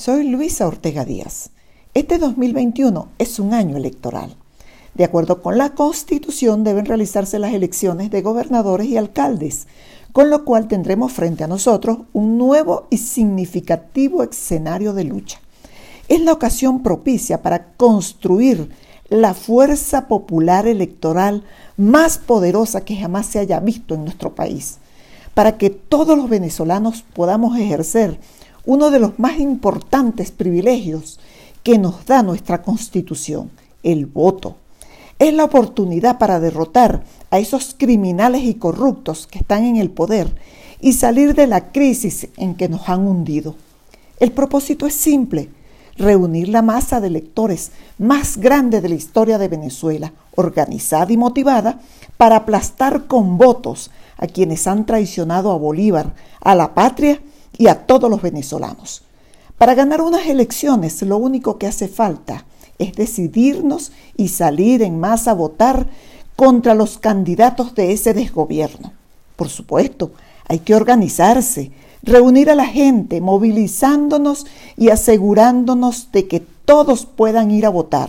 Soy Luisa Ortega Díaz. Este 2021 es un año electoral. De acuerdo con la Constitución, deben realizarse las elecciones de gobernadores y alcaldes, con lo cual tendremos frente a nosotros un nuevo y significativo escenario de lucha. Es la ocasión propicia para construir la fuerza popular electoral más poderosa que jamás se haya visto en nuestro país, para que todos los venezolanos podamos ejercer uno de los más importantes privilegios que nos da nuestra Constitución, el voto. Es la oportunidad para derrotar a esos criminales y corruptos que están en el poder y salir de la crisis en que nos han hundido. El propósito es simple: reunir la masa de electores más grande de la historia de Venezuela, organizada y motivada para aplastar con votos a quienes han traicionado a Bolívar, a la patria y a todos los venezolanos. Para ganar unas elecciones, lo único que hace falta es decidirnos y salir en masa a votar contra los candidatos de ese desgobierno. Por supuesto, hay que organizarse, reunir a la gente, movilizándonos y asegurándonos de que todos puedan ir a votar.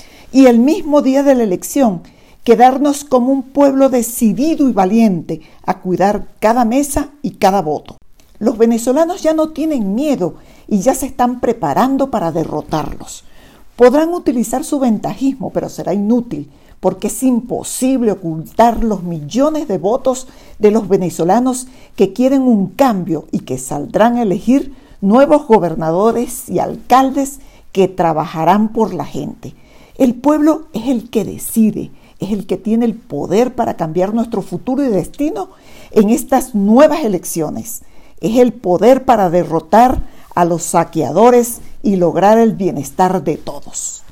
Y el mismo día de la elección, quedarnos como un pueblo decidido y valiente a cuidar cada mesa y cada voto. Los venezolanos ya no tienen miedo y ya se están preparando para derrotarlos. Podrán utilizar su ventajismo, pero será inútil, porque es imposible ocultar los millones de votos de los venezolanos que quieren un cambio y que saldrán a elegir nuevos gobernadores y alcaldes que trabajarán por la gente. El pueblo es el que decide, es el que tiene el poder para cambiar nuestro futuro y destino en estas nuevas elecciones. Es el poder para derrotar a los saqueadores y lograr el bienestar de todos.